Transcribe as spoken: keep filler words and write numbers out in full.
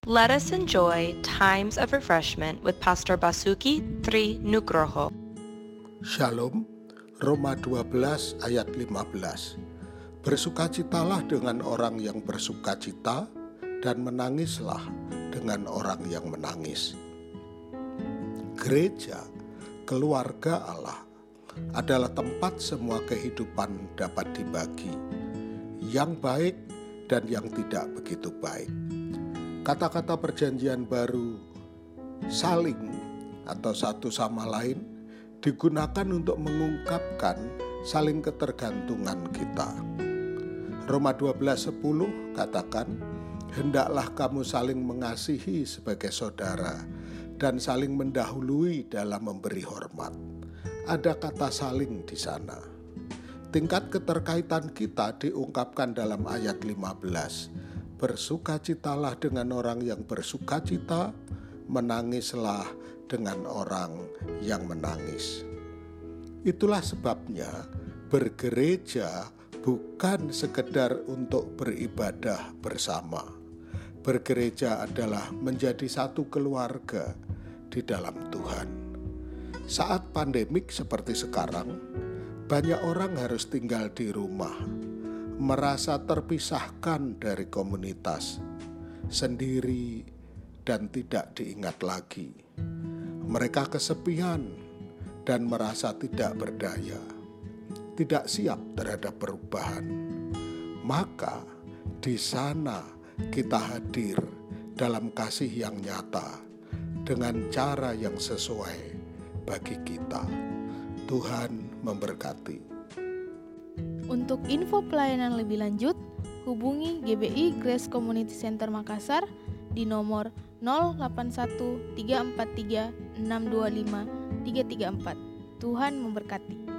Let us enjoy times of refreshment with Pastor Basuki Tri Nugroho. Shalom, Roma dua belas ayat lima belas. Bersukacitalah dengan orang yang bersukacita dan menangislah dengan orang yang menangis. Gereja, keluarga Allah, adalah tempat semua kehidupan dapat dibagi, yang baik dan yang tidak begitu baik. Kata-kata perjanjian baru saling atau satu sama lain digunakan untuk mengungkapkan saling ketergantungan kita. Roma dua belas sepuluh katakan, hendaklah kamu saling mengasihi sebagai saudara dan saling mendahului dalam memberi hormat. Ada kata saling di sana. Tingkat keterkaitan kita diungkapkan dalam ayat lima belas. Bersukacitalah dengan orang yang bersukacita, menangislah dengan orang yang menangis. Itulah sebabnya bergereja bukan sekedar untuk beribadah bersama. Bergereja adalah menjadi satu keluarga di dalam Tuhan. Saat pandemik seperti sekarang, banyak orang harus tinggal di rumah, merasa terpisahkan dari komunitas, sendiri dan tidak diingat lagi. Mereka kesepian dan merasa tidak berdaya, tidak siap terhadap perubahan. Maka di sana kita hadir dalam kasih yang nyata dengan cara yang sesuai bagi kita. Tuhan memberkati. Untuk info pelayanan lebih lanjut, hubungi G B I Grace Community Center Makassar di nomor nol delapan satu tiga empat tiga enam dua lima tiga tiga empat. Tuhan memberkati.